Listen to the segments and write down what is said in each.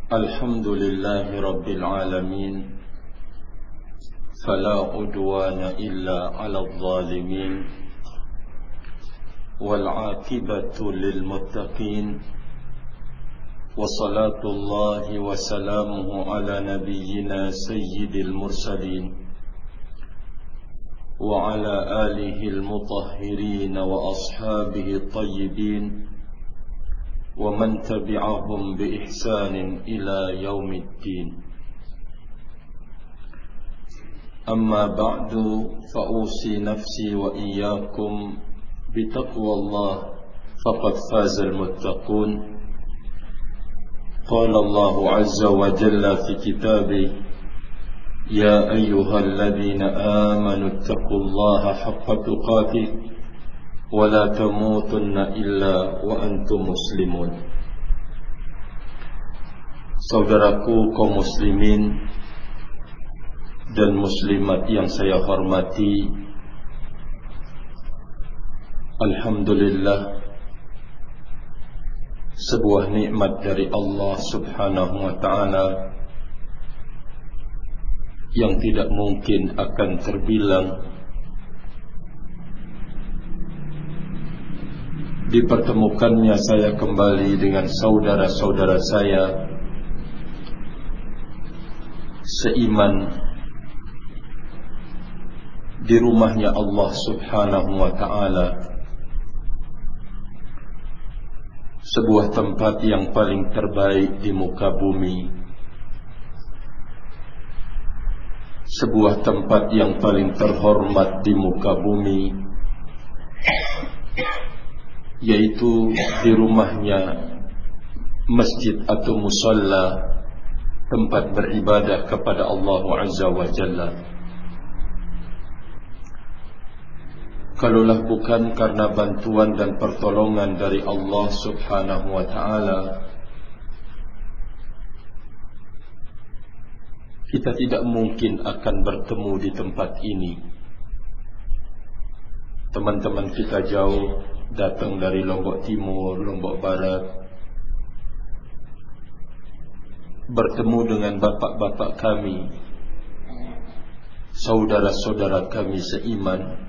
الحمد لله رب العالمين فلا عدوان إلا على الظالمين والعاقبة للمتقين وصلاة الله وسلامه على نبينا سيد المرسلين وعلى آله المطهرين وأصحابه الطيبين ومن تبعهم بإحسان إلى يوم الدين. أما بعد فأوصي نفسي وإياكم بتقوى الله فقد فاز المتقون. قال الله عز وجل في كتابه: يا أيها الذين آمنوا اتقوا الله حق تقاته ولا تموتن إلا وأنتم مسلمون. Saudaraku kaum muslimin dan muslimat yang saya hormati, alhamdulillah, sebuah nikmat dari Allah Subhanahu wa ta'ala yang tidak mungkin akan terbilang. Dipertemukannya saya kembali dengan saudara-saudara saya seiman di rumahnya Allah Subhanahu wa ta'ala, sebuah tempat yang paling terbaik di muka bumi, sebuah tempat yang paling terhormat di muka bumi, yaitu di rumahnya masjid atau musalla, tempat beribadah kepada Allah Azza wa Jalla. Kalaulah bukan karena bantuan dan pertolongan dari Allah Subhanahu wa ta'ala, kita tidak mungkin akan bertemu di tempat ini. Teman-teman kita jauh datang dari Lombok Timur, Lombok Barat, bertemu dengan bapak-bapak kami, saudara-saudara kami seiman,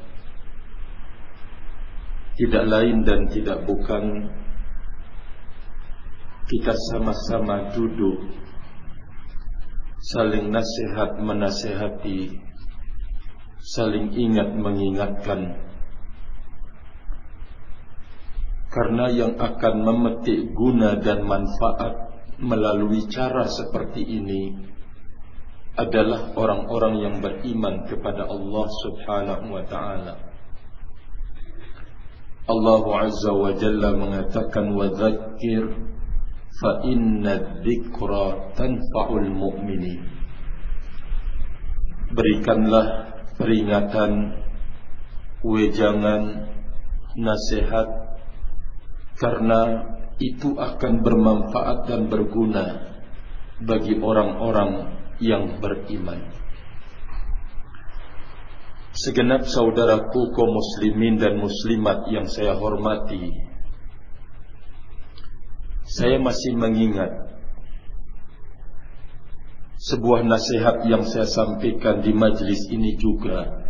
tidak lain dan tidak bukan kita sama-sama duduk, saling nasihat menasihati, saling ingat mengingatkan. Karena yang akan memetik guna dan manfaat melalui cara seperti ini adalah orang-orang yang beriman kepada Allah Subhanahu wa ta'ala. Allah Azza wa Jalla mengatakan: wa dzakir fa inna dzikra tanfa'ul mu'minin. Berikanlah peringatan, wejangan, nasihat, karena itu akan bermanfaat dan berguna bagi orang-orang yang beriman. Segenap saudaraku kaum muslimin dan muslimat yang saya hormati, saya masih mengingat sebuah nasihat yang saya sampaikan di majlis ini juga,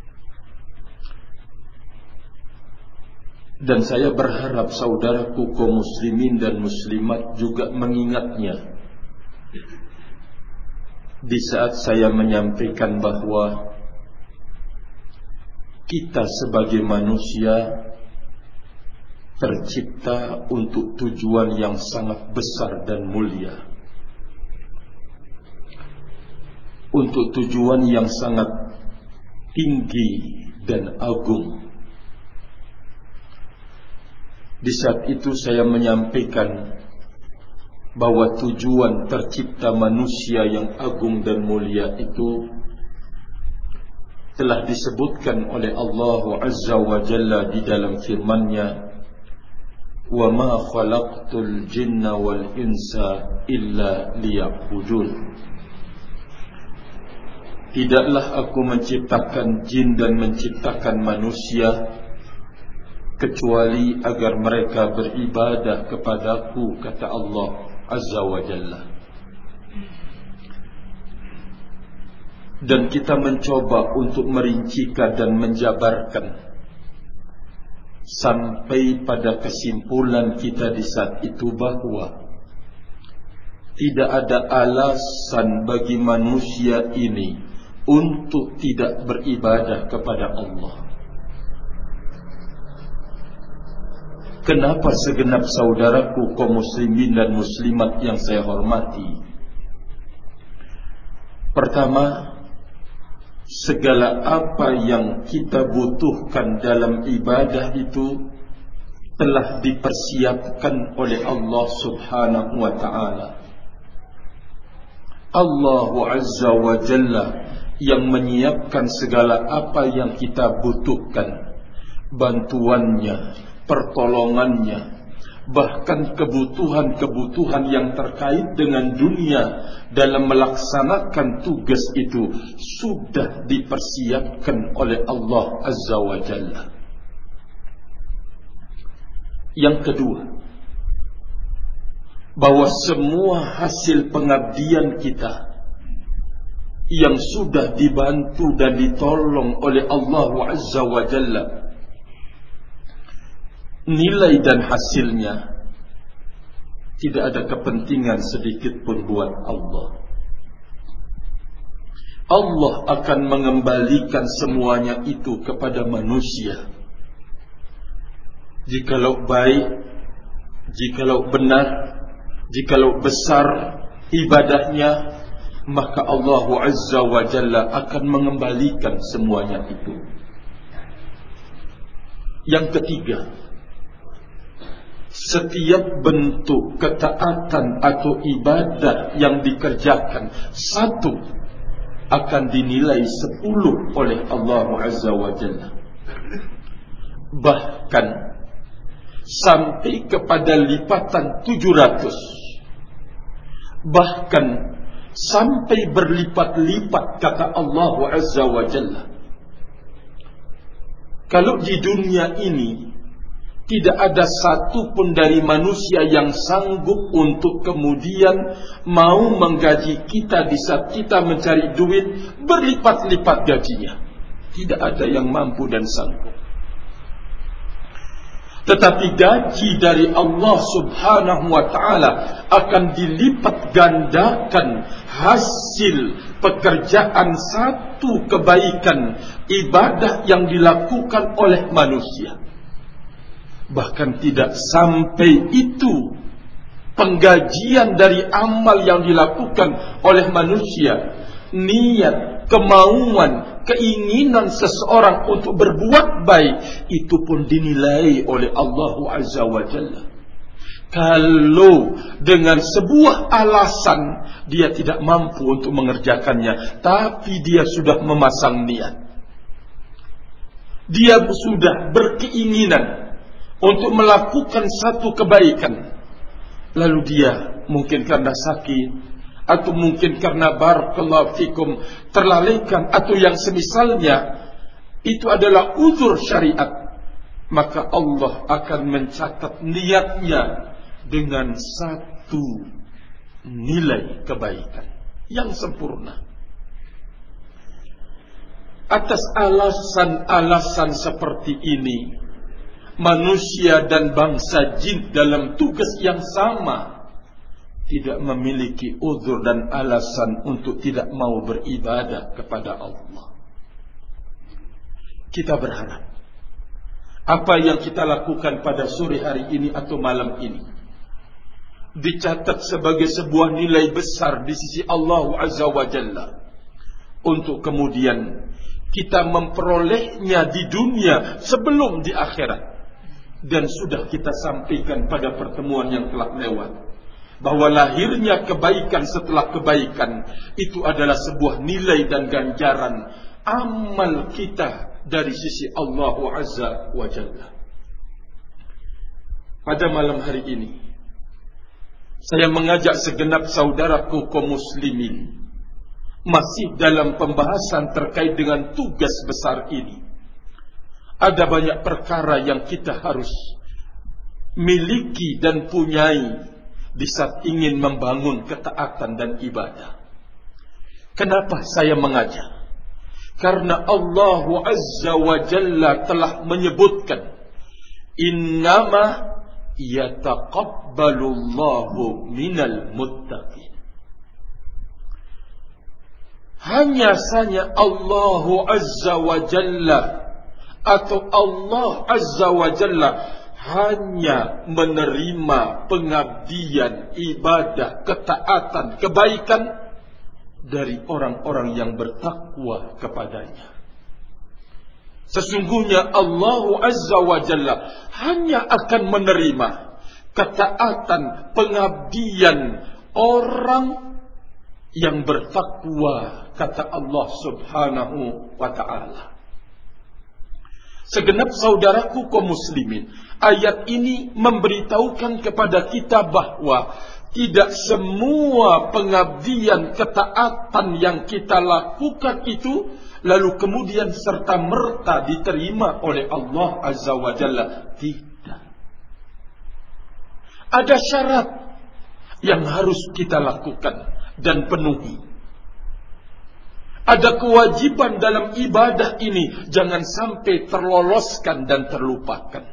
dan saya berharap saudaraku kaum muslimin dan muslimat juga mengingatnya di saat saya menyampaikan bahwa kita sebagai manusia tercipta untuk tujuan yang sangat besar dan mulia, untuk tujuan yang sangat tinggi dan agung. Di saat itu saya menyampaikan bahwa tujuan tercipta manusia yang agung dan mulia itu telah disebutkan oleh Allah Azza wa Jalla di dalam firman-Nya: "Wa ma khalaqtul jinna wal insa illa liya'budun." Tidaklah aku menciptakan jin dan menciptakan manusia kecuali agar mereka beribadah kepadaku, kata Allah Azza wa Jalla. Dan kita mencoba untuk merincikan dan menjabarkan sampai pada kesimpulan kita di saat itu bahwa tidak ada alasan bagi manusia ini untuk tidak beribadah kepada Allah. Kenapa segenap saudaraku kaum muslimin dan muslimat yang saya hormati? Pertama, segala apa yang kita butuhkan dalam ibadah itu telah dipersiapkan oleh Allah Subhanahu wa ta'ala. Allah Azza wa Jalla yang menyiapkan segala apa yang kita butuhkan, bantuannya, pertolongannya, bahkan kebutuhan-kebutuhan yang terkait dengan dunia dalam melaksanakan tugas itu sudah dipersiapkan oleh Allah Azza wa Jalla. Yang kedua, bahwa semua hasil pengabdian kita yang sudah dibantu dan ditolong oleh Allah Azza wa Jalla, nilai dan hasilnya tidak ada kepentingan sedikit pun buat Allah. Allah akan mengembalikan semuanya itu kepada manusia. Jikalau baik, jikalau benar, jikalau besar ibadahnya, maka Allah Azza wa Jalla akan mengembalikan semuanya itu. Yang ketiga, setiap bentuk ketaatan atau ibadah yang dikerjakan, satu akan dinilai 10 oleh Allah Azza wa Jalla. Bahkan sampai kepada lipatan 700. Bahkan sampai berlipat-lipat, kata Allah Azza wa Jalla. Kalau di dunia ini tidak ada satu pun dari manusia yang sanggup untuk kemudian mau menggaji kita di saat kita mencari duit berlipat-lipat gajinya. Tidak ada yang mampu dan sanggup. Tetapi gaji dari Allah Subhanahu wa ta'ala akan dilipat gandakan hasil pekerjaan satu kebaikan ibadah yang dilakukan oleh manusia. Bahkan tidak sampai itu penggajian dari amal yang dilakukan oleh manusia. Niat, kemauan, keinginan seseorang untuk berbuat baik, itu pun dinilai oleh Allah Azza wa Jalla. Kalau dengan sebuah alasan dia tidak mampu untuk mengerjakannya, tapi dia sudah memasang niat, dia sudah berkeinginan untuk melakukan satu kebaikan, lalu dia mungkin karena sakit, atau mungkin karena barakallahu fikum terlalaikan, atau yang semisalnya, itu adalah uzur syariat, maka Allah akan mencatat niatnya dengan satu nilai kebaikan yang sempurna. Atas alasan-alasan seperti ini, manusia dan bangsa jin dalam tugas yang sama tidak memiliki uzur dan alasan untuk tidak mau beribadah kepada Allah. Kita berharap apa yang kita lakukan pada sore hari ini atau malam ini dicatat sebagai sebuah nilai besar di sisi Allah Azza wa Jalla, untuk kemudian kita memperolehnya di dunia sebelum di akhirat. Dan sudah kita sampaikan pada pertemuan yang telah lewat, bahwa lahirnya kebaikan setelah kebaikan itu adalah sebuah nilai dan ganjaran amal kita dari sisi Allah Azza wa Jalla. Pada malam hari ini saya mengajak segenap saudaraku kaum muslimin masih dalam pembahasan terkait dengan tugas besar ini. Ada banyak perkara yang kita harus miliki dan punyai di saat ingin membangun ketaatan dan ibadah. Kenapa saya mengajak? Karena Allah Azza wa Jalla telah menyebutkan, innama yataqabbalullahu minal muttaqin. Hanya saja Allah Azza wa Jalla atau Allah Azza wa Jalla hanya menerima pengabdian, ibadah, ketaatan, kebaikan dari orang-orang yang bertakwa kepadanya. Sesungguhnya Allah Azza wa Jalla hanya akan menerima ketaatan, pengabdian orang yang bertakwa, kata Allah Subhanahu wa ta'ala. Segenap saudaraku kaum muslimin, ayat ini memberitahukan kepada kita bahwa tidak semua pengabdian, ketaatan yang kita lakukan itu lalu kemudian serta-merta diterima oleh Allah Azza wa Jalla. Tidak. Ada syarat yang harus kita lakukan dan penuhi. Ada kewajiban dalam ibadah ini, jangan sampai terloloskan dan terlupakan.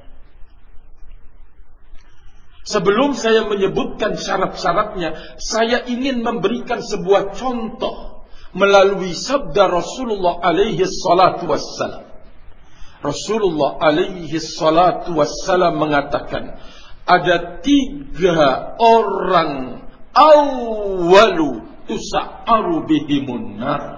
Sebelum saya menyebutkan syarat-syaratnya, saya ingin memberikan sebuah contoh melalui sabda Rasulullah alaihi salatu wassalam. Rasulullah alaihi salatu wassalam mengatakan, ada 3 orang awwalu tusa'aru bihimun nar.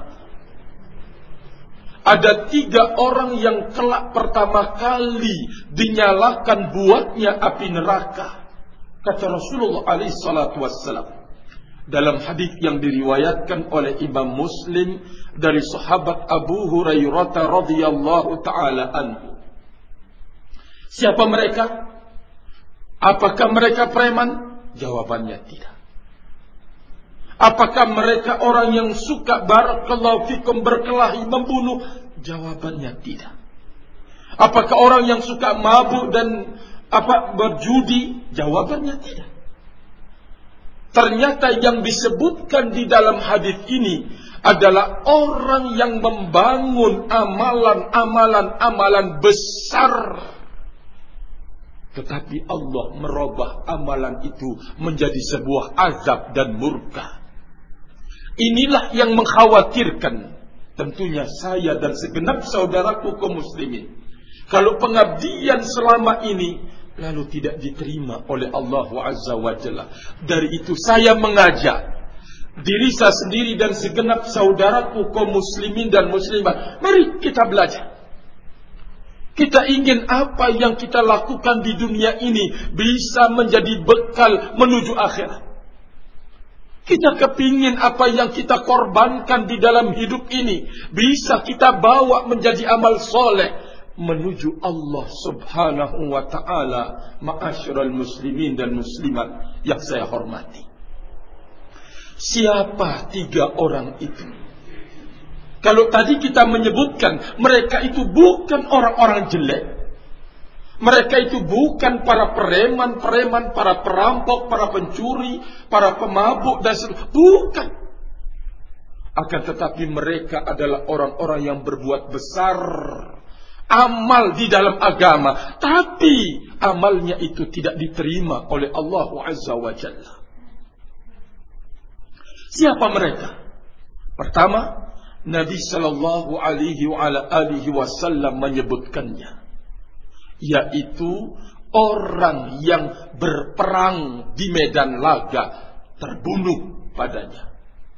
Ada 3 orang yang kelak pertama kali dinyalakan buatnya api neraka, kata Rasulullah alaihi salatu wassalam. Dalam hadis yang diriwayatkan oleh Imam Muslim dari sahabat Abu Hurairah radhiyallahu taala anhu. Siapa mereka? Apakah mereka preman? Jawabannya tidak. Apakah mereka orang yang suka barakallahu fikum berkelahi, membunuh? Jawabannya tidak. Apakah orang yang suka mabuk dan berjudi? Jawabannya tidak. Ternyata yang disebutkan di dalam hadis ini adalah orang yang membangun amalan besar. Tetapi Allah merubah amalan itu menjadi sebuah azab dan murka. Inilah yang mengkhawatirkan tentunya saya dan segenap saudaraku kaum muslimin. Kalau pengabdian selama ini lalu tidak diterima oleh Allah Azza wa Jalla. Dari itu saya mengajak diri saya sendiri dan segenap saudaraku kaum muslimin dan muslimat, mari kita belajar. Kita ingin apa yang kita lakukan di dunia ini bisa menjadi bekal menuju akhirat. Kita kepingin apa yang kita korbankan di dalam hidup ini bisa kita bawa menjadi amal soleh menuju Allah Subhanahu wa ta'ala. Ma'asyiral muslimin dan muslimat yang saya hormati, siapa 3 orang itu? Kalau tadi kita menyebutkan mereka itu bukan orang-orang jelek, mereka itu bukan para preman, para perampok, para pencuri, para pemabuk dan sebagainya. Bukan. Akan tetapi mereka adalah orang-orang yang berbuat besar amal di dalam agama, tapi amalnya itu tidak diterima oleh Allah Azza wa Jalla. Siapa mereka? Pertama, Nabi sallallahu alaihi wasallam menyebutkannya, yaitu orang yang berperang di medan laga terbunuh padanya.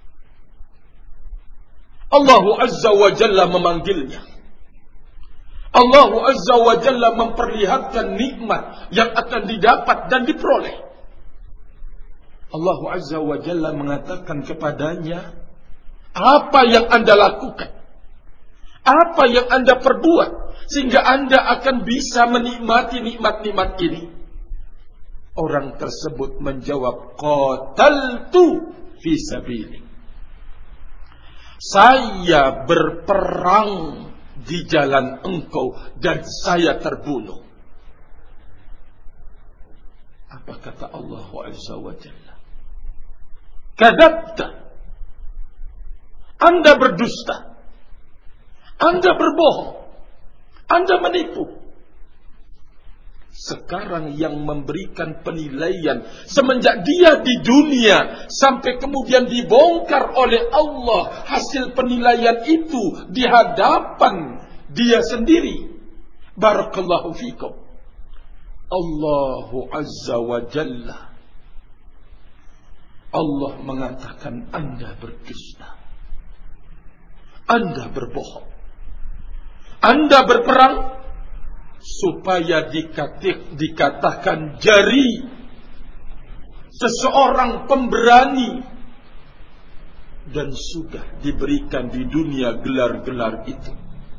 Allah Azza wa Jalla memanggilnya. Allah Azza wa Jalla memperlihatkan nikmat yang akan didapat dan diperoleh. Allah Azza wa Jalla mengatakan kepadanya, apa yang Anda lakukan? Apa yang Anda perbuat sehingga Anda akan bisa menikmati nikmat-nikmat ini? Orang tersebut menjawab, qataltu fi sabili. Saya berperang di jalan engkau dan saya terbunuh. Apa kata Allah Azza wa Jalla? Kadzabta. Anda berdusta. Anda berbohong. Anda menipu. Sekarang yang memberikan penilaian semenjak dia di dunia sampai kemudian dibongkar oleh Allah hasil penilaian itu di hadapan dia sendiri. Barakallahu fikum. Allahu Azza wa Jalla. Allah mengatakan Anda berdusta. Anda berbohong. Anda berperang supaya dikatakan jari seseorang pemberani, dan sudah diberikan di dunia gelar-gelar itu.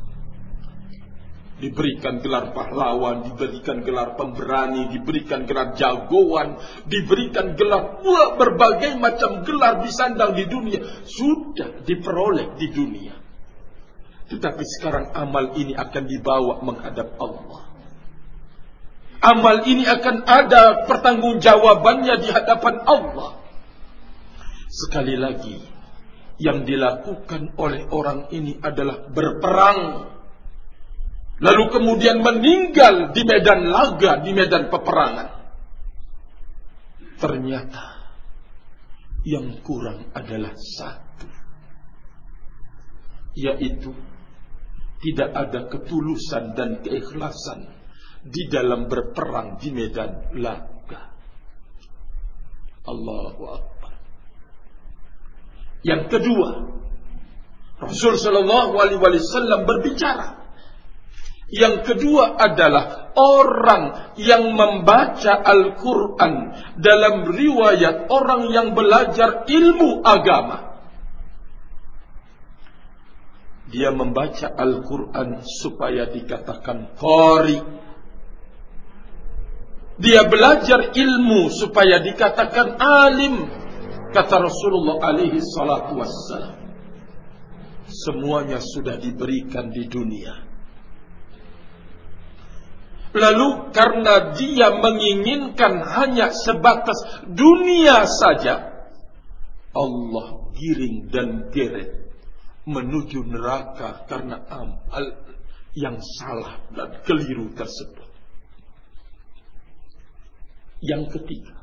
Diberikan gelar pahlawan, diberikan gelar pemberani, diberikan gelar jagoan, diberikan gelar berbagai macam gelar disandang di dunia, sudah diperoleh di dunia. Tetapi sekarang amal ini akan dibawa menghadap Allah. Amal ini akan ada pertanggungjawabannya di hadapan Allah. Sekali lagi, yang dilakukan oleh orang ini adalah berperang, lalu kemudian meninggal di medan laga, di medan peperangan. Ternyata yang kurang adalah satu, yaitu tidak ada ketulusan dan keikhlasan di dalam berperang di medan laga. Allahu Akbar. Yang kedua, Rasul sallallahu alaihi wasallam berbicara. Yang kedua adalah orang yang membaca Al-Quran, dalam riwayat orang yang belajar ilmu agama. Dia membaca Al-Quran supaya dikatakan qari. Dia belajar ilmu supaya dikatakan alim. Kata Rasulullah alaihi salatu wassalam, semuanya sudah diberikan di dunia. Lalu karena dia menginginkan hanya sebatas dunia saja, Allah giring dan geret menuju neraka karena amal yang salah dan keliru tersebut. Yang ketiga,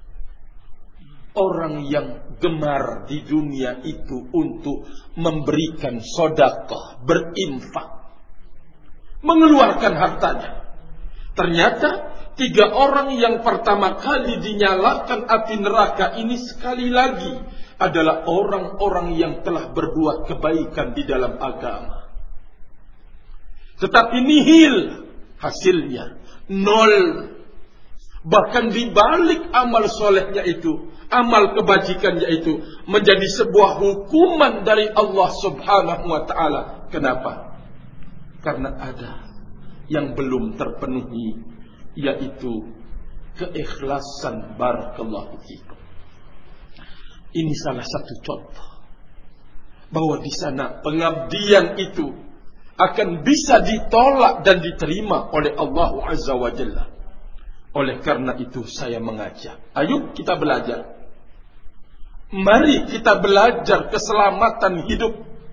orang yang gemar di dunia itu untuk memberikan sedekah, berinfak, mengeluarkan hartanya. Ternyata 3 orang yang pertama kali dinyalakan api neraka ini sekali lagi adalah orang-orang yang telah berbuat kebaikan di dalam agama. Tetapi nihil hasilnya, nol. Bahkan dibalik amal solehnya itu, amal kebajikannya itu menjadi sebuah hukuman dari Allah Subhanahu wa ta'ala. Kenapa? Karena ada yang belum terpenuhi, yaitu keikhlasan. Barakallahu fikum. Ini salah satu contoh bahwa di sana pengabdian itu akan bisa ditolak dan diterima oleh Allah Azza wa Jalla. Oleh karena itu saya mengajak, ayo kita belajar. Mari kita belajar keselamatan hidup.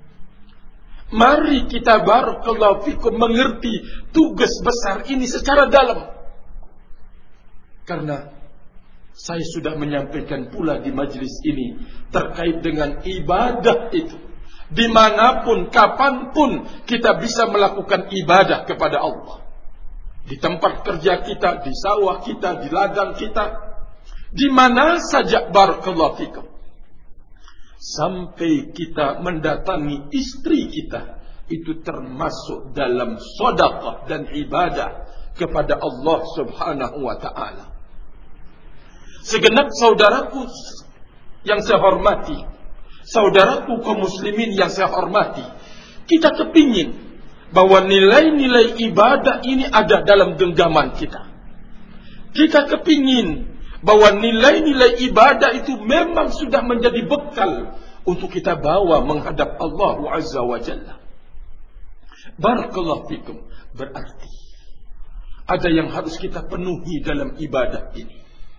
Mari kita barakallahu fikum mengerti tugas besar ini secara dalam. Karena saya sudah menyampaikan pula di majelis ini terkait dengan ibadah itu. Dimanapun, kapanpun kita bisa melakukan ibadah kepada Allah. Di tempat kerja kita, di sawah kita, di ladang kita, di mana saja barakallahu fikum. Sampai kita mendatangi istri kita, itu termasuk dalam sedekah dan ibadah kepada Allah Subhanahu wa ta'ala. Segenap saudaraku yang saya hormati, saudaraku kaum muslimin yang saya hormati, kita kepingin bahwa nilai-nilai ibadah ini ada dalam genggaman kita. Kita kepingin bahwa nilai-nilai ibadah itu memang sudah menjadi bekal untuk kita bawa menghadap Allah Azza wa Jalla. Barakallahu fikum. Berarti ada yang harus kita penuhi dalam ibadah ini.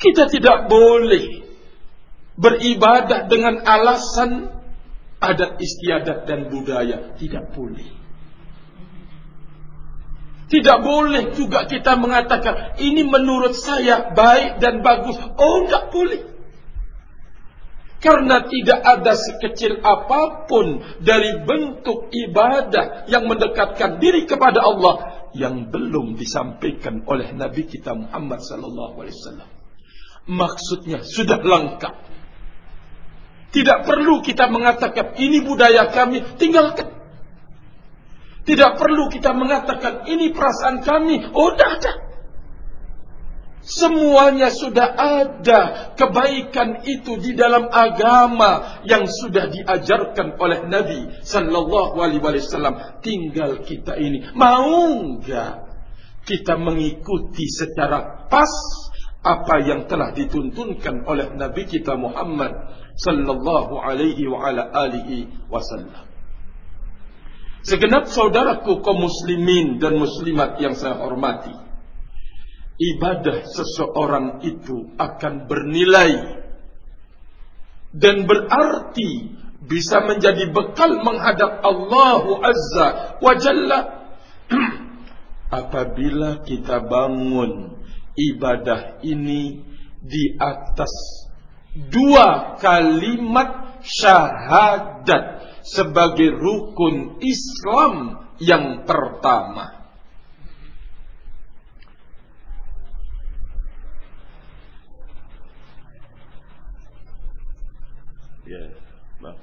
Kita tidak boleh beribadah dengan alasan adat istiadat dan budaya. Tidak boleh. Tidak boleh juga kita mengatakan ini menurut saya baik dan bagus. Oh, enggak boleh. Karena tidak ada sekecil apapun dari bentuk ibadah yang mendekatkan diri kepada Allah yang belum disampaikan oleh Nabi kita Muhammad sallallahu alaihi wasallam. Maksudnya sudah lengkap. Tidak perlu kita mengatakan ini budaya kami, tinggalkan. Tidak perlu kita mengatakan ini perasaan kami, oh tidak ada. Semuanya sudah ada. Kebaikan itu di dalam agama yang sudah diajarkan oleh Nabi sallallahu alaihi wasallam. Tinggal kita ini mau enggak kita mengikuti secara pas apa yang telah dituntunkan oleh Nabi kita Muhammad sallallahu alaihi wa ala alihi wasallam. Segenap saudaraku kaum muslimin dan muslimat yang saya hormati, ibadah seseorang itu akan bernilai dan berarti bisa menjadi bekal menghadap Allah Azza wa Jalla apabila kita bangun ibadah ini di atas dua kalimat syahadat sebagai rukun Islam yang pertama. Ya, maaf.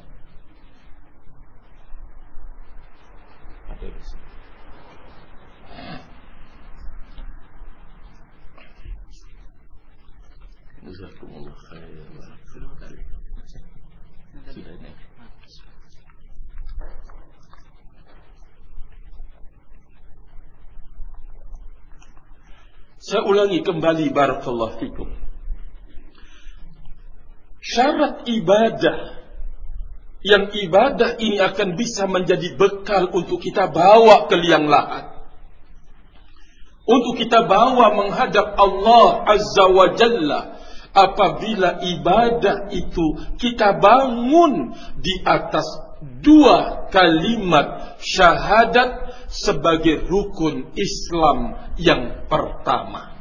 Ada di sini. Jazakumullah khairan. Sudah ini. Saya ulangi kembali, barakallahu fikum. Syarat ibadah, yang ibadah ini akan bisa menjadi bekal untuk kita bawa ke liang lahat, untuk kita bawa menghadap Allah Azza wa Jalla, apabila ibadah itu kita bangun di atas dua kalimat syahadat sebagai rukun Islam yang pertama.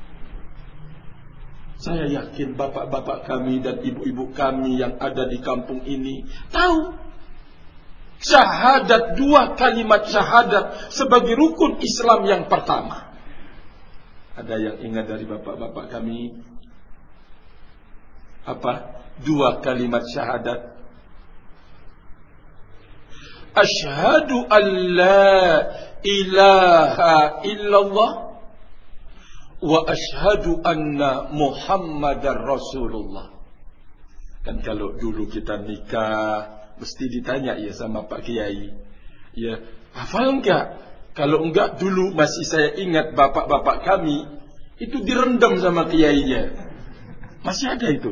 Saya yakin bapak-bapak kami dan ibu-ibu kami yang ada di kampung ini tahu syahadat, dua kalimat syahadat sebagai rukun Islam yang pertama. Ada yang ingat dari bapak-bapak kami? Apa? Dua kalimat syahadat. Asyhadu an la ilaha illallah wa asyhadu anna Muhammadar Rasulullah. Kan kalau dulu kita nikah mesti ditanya ya sama Pak Kiai, ya hafal enggak? Kalau enggak, dulu masih saya ingat bapak-bapak kami itu direndam sama kiainya. Masih ada itu.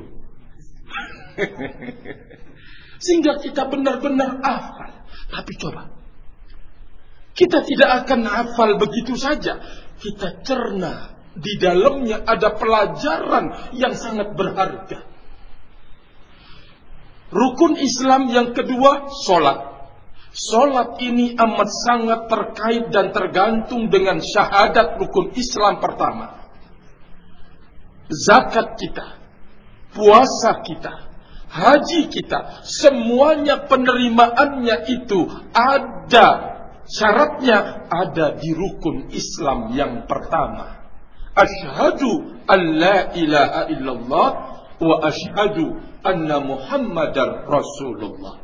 Sehingga kita benar-benar hafal. Tapi coba, kita tidak akan hafal begitu saja. Kita cerna. Di dalamnya ada pelajaran yang sangat berharga. Rukun Islam yang kedua, sholat. Sholat ini amat sangat terkait dan tergantung dengan syahadat rukun Islam pertama. Zakat kita, puasa kita, haji kita, semuanya penerimaannya itu ada, syaratnya ada di rukun Islam yang pertama. Asyhadu an la ilaha illallah wa asyhadu anna Muhammadar Rasulullah.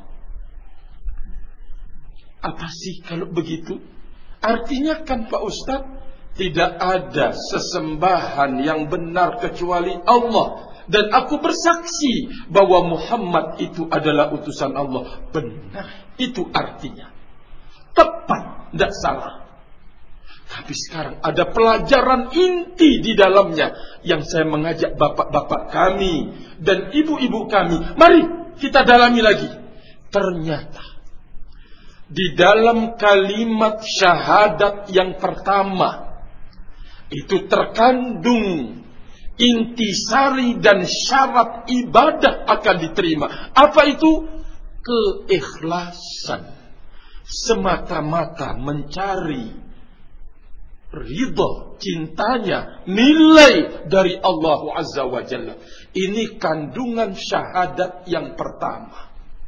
Apa sih kalau begitu? Artinya kan Pak Ustadz, tidak ada sesembahan yang benar kecuali Allah. Dan aku bersaksi bahwa Muhammad itu adalah utusan Allah. Benar, itu artinya. Tepat, tidak salah. Tapi sekarang ada pelajaran inti di dalamnya yang saya mengajak bapak-bapak kami dan ibu-ibu kami. Mari kita dalami lagi. Ternyata di dalam kalimat syahadat yang pertama itu terkandung intisari dan syarat ibadah akan diterima. Apa itu? Keikhlasan. Semata-mata mencari ridha, cintanya, nilai dari Allah Azza wa Jalla. Ini kandungan syahadat yang pertama.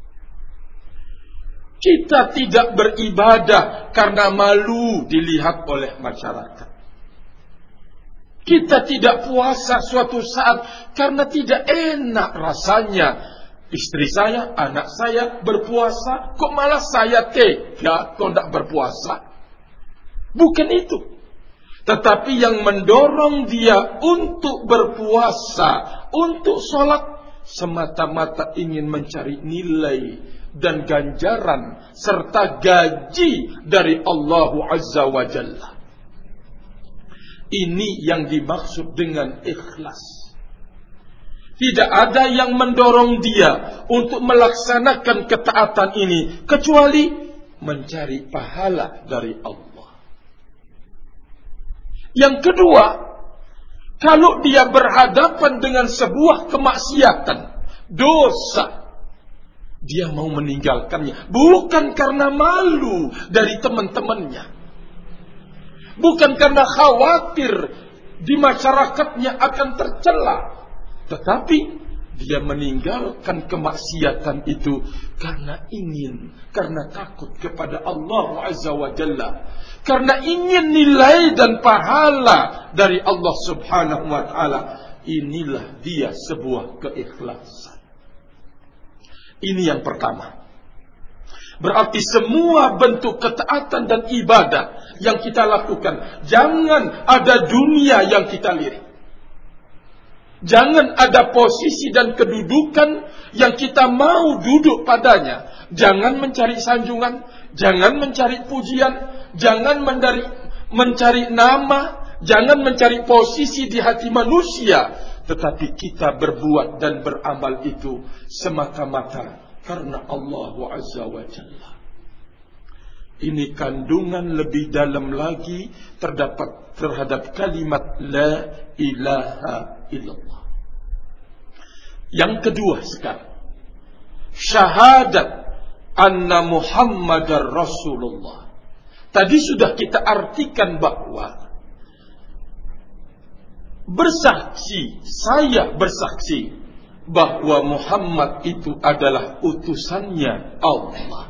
Kita tidak beribadah karena malu dilihat oleh masyarakat. Kita tidak puasa suatu saat karena tidak enak rasanya. Istri saya, anak saya berpuasa, kok malah saya tega kok tidak berpuasa. Bukan itu. Tetapi yang mendorong dia untuk berpuasa, untuk sholat, semata-mata ingin mencari nilai dan ganjaran serta gaji dari Allah Azza wa Jalla. Ini yang dimaksud dengan ikhlas. Tidak ada yang mendorong dia untuk melaksanakan ketaatan ini kecuali mencari pahala dari Allah. Yang kedua, kalau dia berhadapan dengan sebuah kemaksiatan, dosa, dia mau meninggalkannya. Bukan karena malu dari teman-temannya. Bukan karena khawatir di masyarakatnya akan tercela. Tetapi dia meninggalkan kemaksiatan itu karena ingin, karena takut kepada Allah Azza wa Jalla. Karena ingin nilai dan pahala dari Allah Subhanahu wa Ta'ala. Inilah dia sebuah keikhlasan. Ini yang pertama. Berarti semua bentuk ketaatan dan ibadah yang kita lakukan, jangan ada dunia yang kita lirik. Jangan ada posisi dan kedudukan yang kita mau duduk padanya. Jangan mencari sanjungan, jangan mencari pujian, jangan mencari nama, jangan mencari posisi di hati manusia. Tetapi kita berbuat dan beramal itu semata-mata karena Allah Azza wa Jalla. Ini kandungan lebih dalam lagi terdapat terhadap kalimat La ilaha illallah. Yang kedua sekarang, syahadat anna Muhammadar Rasulullah. Tadi sudah kita artikan bahwa bersaksi, saya bersaksi bahwa Muhammad itu adalah utusannya Allah.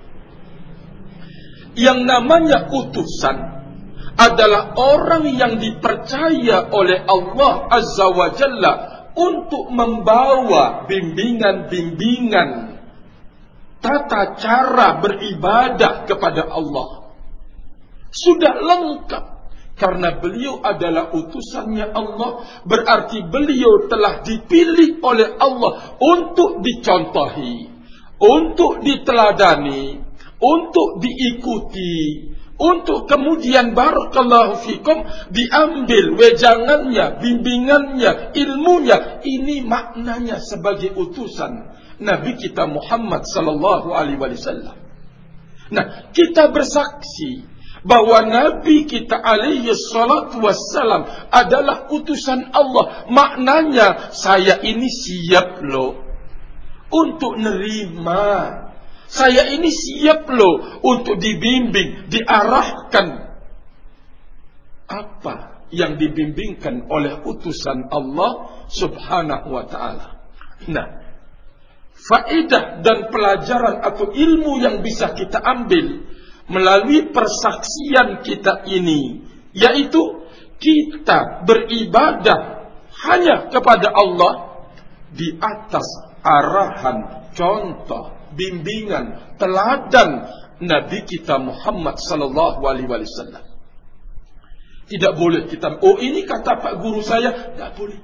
Yang namanya utusan adalah orang yang dipercaya oleh Allah Azza wa Jalla untuk membawa bimbingan-bimbingan tata cara beribadah kepada Allah. Sudah lengkap. Karena beliau adalah utusannya Allah, berarti beliau telah dipilih oleh Allah untuk dicontohi, untuk diteladani, untuk diikuti, untuk kemudian barakallahu fikum diambil wejangannya, bimbingannya, ilmunya. Ini maknanya sebagai utusan Nabi kita Muhammad sallallahu alaihi wasallam. Nah, kita bersaksi bahwa Nabi kita alaihi salatu wassalam adalah utusan Allah. Maknanya saya ini siap loh untuk nerima. Saya ini siap loh untuk dibimbing, diarahkan. Apa yang dibimbingkan oleh utusan Allah Subhanahu wa ta'ala. Nah, faedah dan pelajaran atau ilmu yang bisa kita ambil melalui persaksian kita ini, yaitu kita beribadah hanya kepada Allah di atas arahan, contoh, bimbingan, teladan Nabi kita Muhammad sallallahu alaihi wasallam. Tidak boleh kita, oh ini kata Pak Guru saya, tidak boleh.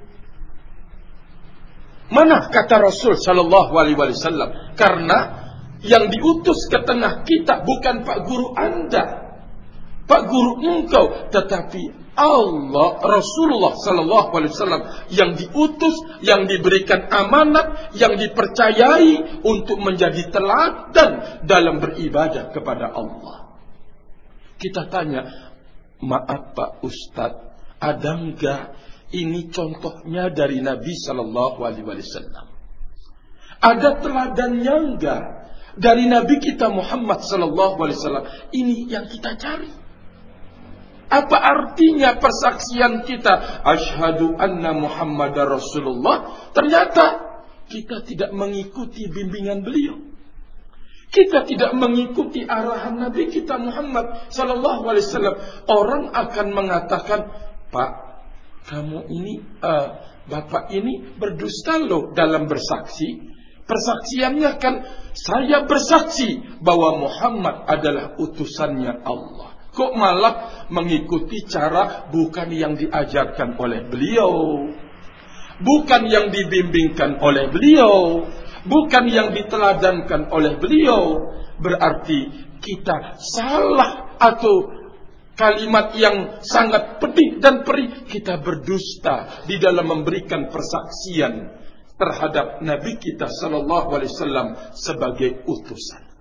Mana kata Rasul sallallahu alaihi wasallam? Karena yang diutus ke tengah kita bukan Pak Guru Anda, Pak Guru engkau, tetapi Allah, Rasulullah sallallahu alaihi wasallam yang diutus, yang diberikan amanat, yang dipercayai untuk menjadi teladan dalam beribadah kepada Allah. Kita tanya, maaf Pak Ustadz, ada enggak Ini contohnya dari Nabi Sallallahu Alaihi Wasallam. Ada teladannya enggak dari Nabi kita Muhammad Sallallahu Alaihi Wasallam? Ini yang kita cari. Apa artinya persaksian kita asyhadu anna Muhammadar Rasulullah? Ternyata kita tidak mengikuti bimbingan beliau. Kita tidak mengikuti arahan Nabi kita Muhammad Sallallahu Alaihi Wasallam. Orang akan mengatakan, Pak, kamu ini, bapak ini berdusta loh dalam bersaksi. Persaksiannya kan saya bersaksi bahwa Muhammad adalah utusannya Allah. Kok malah mengikuti cara bukan yang diajarkan oleh beliau, bukan yang dibimbingkan oleh beliau, bukan yang diteladankan oleh beliau. Berarti kita salah, atau kalimat yang sangat pedih dan perih, kita berdusta di dalam memberikan persaksian terhadap Nabi kita Sallallahu Alaihi Wasallam sebagai utusan.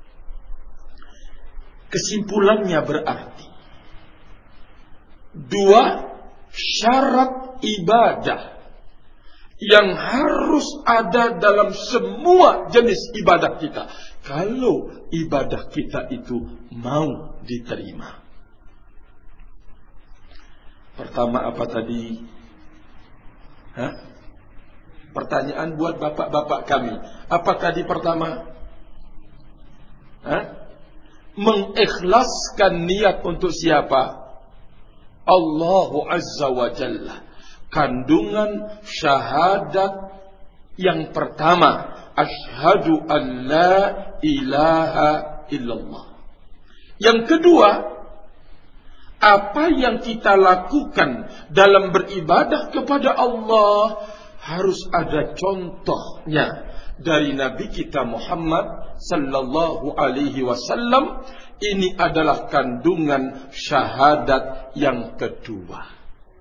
Kesimpulannya berarti, dua syarat ibadah yang harus ada dalam semua jenis ibadah kita, kalau ibadah kita itu mau diterima. Pertama apa tadi? Pertanyaan buat bapak-bapak kami. Apa tadi pertama? Mengikhlaskan niat untuk siapa? Allahu Azza wa Jalla. Kandungan syahadat yang pertama, asyhadu an la ilaha illallah. Yang kedua, apa yang kita lakukan dalam beribadah kepada Allah harus ada contohnya dari Nabi kita Muhammad Sallallahu Alaihi Wasallam. Ini adalah kandungan syahadat yang kedua.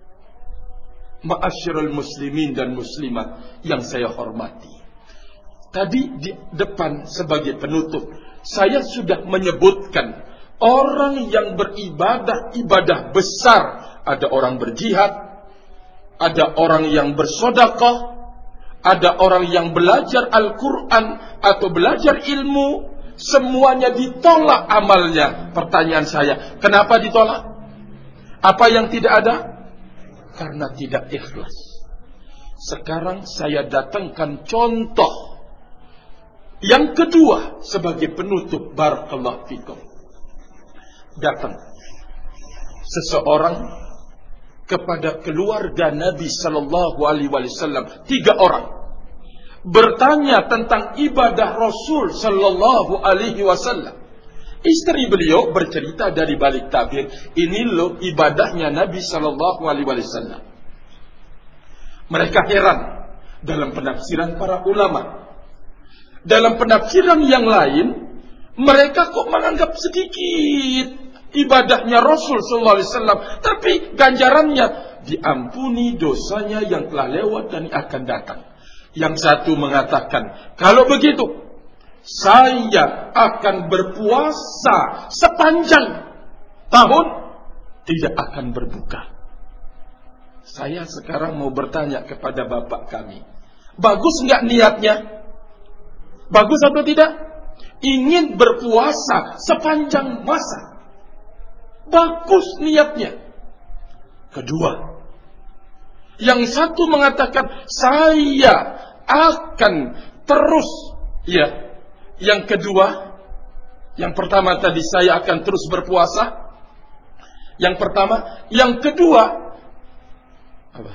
Ma'asyiral muslimin dan muslimat yang saya hormati, tadi di depan sebagai penutup saya sudah menyebutkan orang yang beribadah ibadah besar. Ada orang berjihad, ada orang yang bersedekah, ada orang yang belajar Al-Quran atau belajar ilmu. Semuanya ditolak amalnya. Pertanyaan saya, kenapa ditolak? Apa yang tidak ada? Karena tidak ikhlas. Sekarang saya datangkan contoh yang kedua sebagai penutup. Barakallahu fikum. Datang seseorang kepada keluarga Nabi Sallallahu Alaihi Wasallam, 3 orang, bertanya tentang ibadah Rasul Sallallahu Alaihi Wasallam. Istri beliau bercerita dari balik tabir, ini loh ibadahnya Nabi Sallallahu Alaihi Wasallam. Mereka heran dalam penafsiran para ulama. Dalam penafsiran yang lain, mereka kok menganggap sedikit ibadahnya Rasul Sallallahu Alaihi Wasallam, tapi ganjarannya diampuni dosanya yang telah lewat dan akan datang. Yang satu mengatakan, kalau begitu saya akan berpuasa sepanjang tahun, tidak akan berbuka. Saya sekarang mau bertanya kepada bapak kami, bagus enggak niatnya? Bagus atau tidak? Ingin berpuasa sepanjang masa, bagus niatnya. Kedua, yang satu mengatakan saya akan terus, ya. Yang kedua, yang pertama tadi saya akan terus berpuasa. Yang pertama, yang kedua, apa?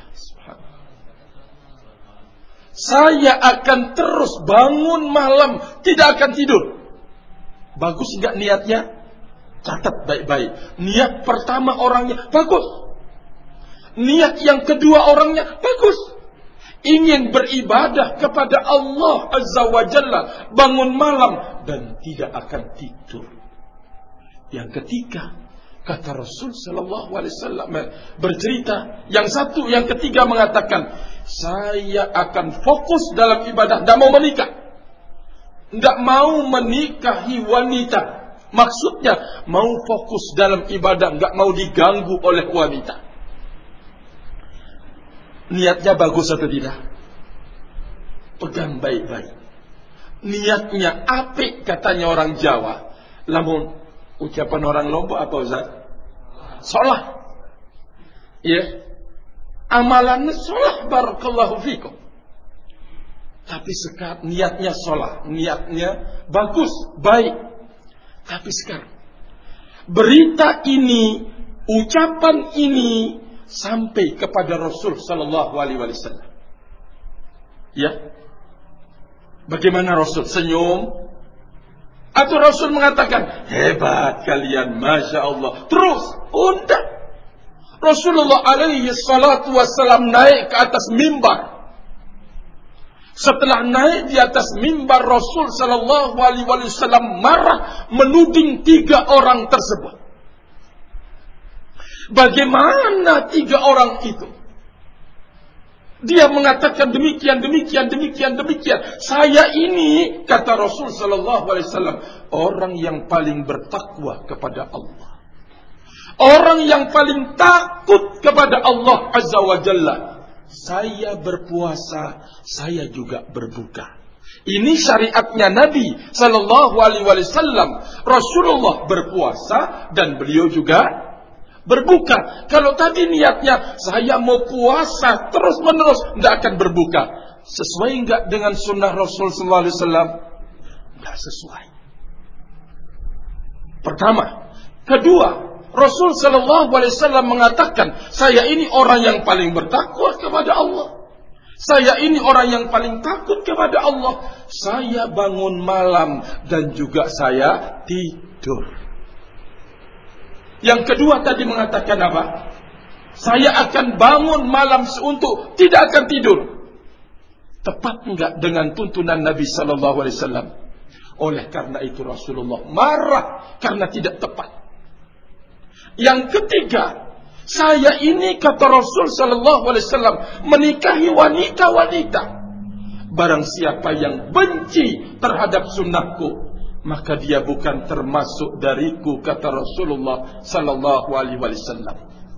Saya akan terus bangun malam, tidak akan tidur. Bagus enggak niatnya? Catat baik-baik. Niat pertama orangnya bagus. Niat yang kedua orangnya bagus. Ingin beribadah kepada Allah Azza wa Jalla, bangun malam dan tidak akan tidur. Yang ketiga, kata Rasul Sallallahu Alaihi Wasallam bercerita, yang satu, yang ketiga mengatakan, saya akan fokus dalam ibadah, tidak mau menikah, tidak mau menikahi wanita. Maksudnya mau fokus dalam ibadah, tidak mau diganggu oleh wanita. Niatnya bagus atau tidak? Pegang baik-baik. Niatnya apik katanya orang Jawa. Namun ucapan orang Lombok apa Ustaz? Salah. Ya. Amalannya salah, barakallahu fikum. Tapi sekarang niatnya salah, niatnya bagus, baik. Tapi sekarang berita ini, ucapan ini sampai kepada Rasul sallallahu alaihi wasallam. Ya. Bagaimana Rasul? Senyum? Atau Rasul mengatakan, hebat kalian, Masya Allah. Terus, undak. Rasulullah alaihi salatu wassalam naik ke atas mimbar. Setelah naik di atas mimbar, Rasul sallallahu alaihi wasallam marah menuding 3 orang tersebut. Bagaimana 3 orang itu? Dia mengatakan demikian. Saya ini, kata Rasul sallallahu alaihi wasallam, orang yang paling bertakwa kepada Allah. Orang yang paling takut kepada Allah Azza wa Jalla. Saya berpuasa, saya juga berbuka. Ini syariatnya Nabi sallallahu alaihi wasallam. Rasulullah berpuasa dan beliau juga berbuka. Kalau tadi niatnya saya mau puasa terus menerus, tidak akan berbuka. Sesuai enggak dengan sunnah Rasul sallallahu alaihi wasallam? Enggak sesuai. Pertama, kedua, Rasul sallallahu alaihi wasallam mengatakan, saya ini orang yang paling bertakwa kepada Allah. Saya ini orang yang paling takut kepada Allah. Saya bangun malam dan juga saya tidur. Yang kedua tadi mengatakan apa? Saya akan bangun malam untuk tidak akan tidur. Tepat enggak dengan tuntunan Nabi sallallahu alaihi wasallam? Oleh karena itu Rasulullah marah karena tidak tepat. Yang ketiga, saya ini kata Rasul sallallahu alaihi wasallam menikahi wanita-wanita. Barang siapa yang benci terhadap sunnahku, maka dia bukan termasuk dariku, kata Rasulullah sallallahu alaihi wasallam.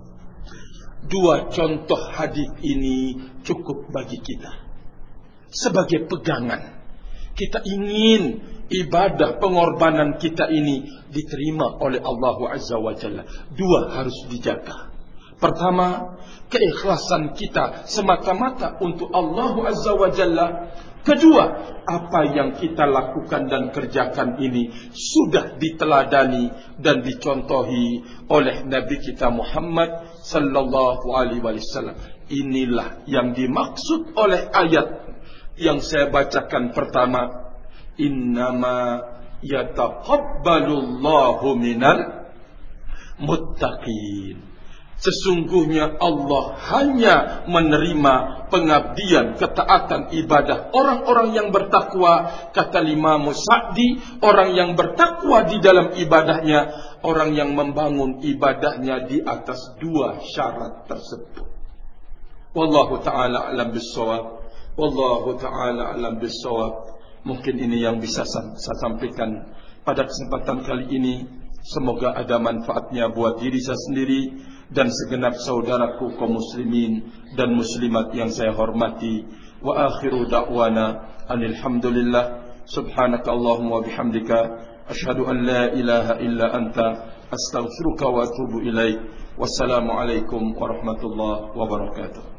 2 contoh hadis ini cukup bagi kita sebagai pegangan. Kita ingin ibadah pengorbanan kita ini diterima oleh Allah Azza wa Jalla. 2 harus dijaga. Pertama, keikhlasan kita semata-mata untuk Allah Azza wa Jalla. Kedua, apa yang kita lakukan dan kerjakan ini sudah diteladani dan dicontohi oleh Nabi kita Muhammad sallallahu alaihi wasallam. Inilah yang dimaksud oleh ayat yang saya bacakan pertama. Innama yataqabbalullahu minal muttaqin. Sesungguhnya Allah hanya menerima pengabdian, ketaatan, ibadah orang-orang yang bertakwa. Kata Imam Sa'di, orang yang bertakwa di dalam ibadahnya, orang yang membangun ibadahnya di atas 2 syarat tersebut. Wallahu ta'ala alam bissawab. Wallahu ta'ala alam bissawab. Mungkin ini yang bisa saya sampaikan pada kesempatan kali ini. Semoga ada manfaatnya buat diri saya sendiri dan segenap saudaraku kaum muslimin dan muslimat yang saya hormati. Wa akhiru da'wana alhamdulillah. Subhanaka Allahumma wa bihamdika asyhadu an la ilaha illa anta astaghfiruka wa atubu ilaik. Wassalamu alaikum warahmatullahi wabarakatuh.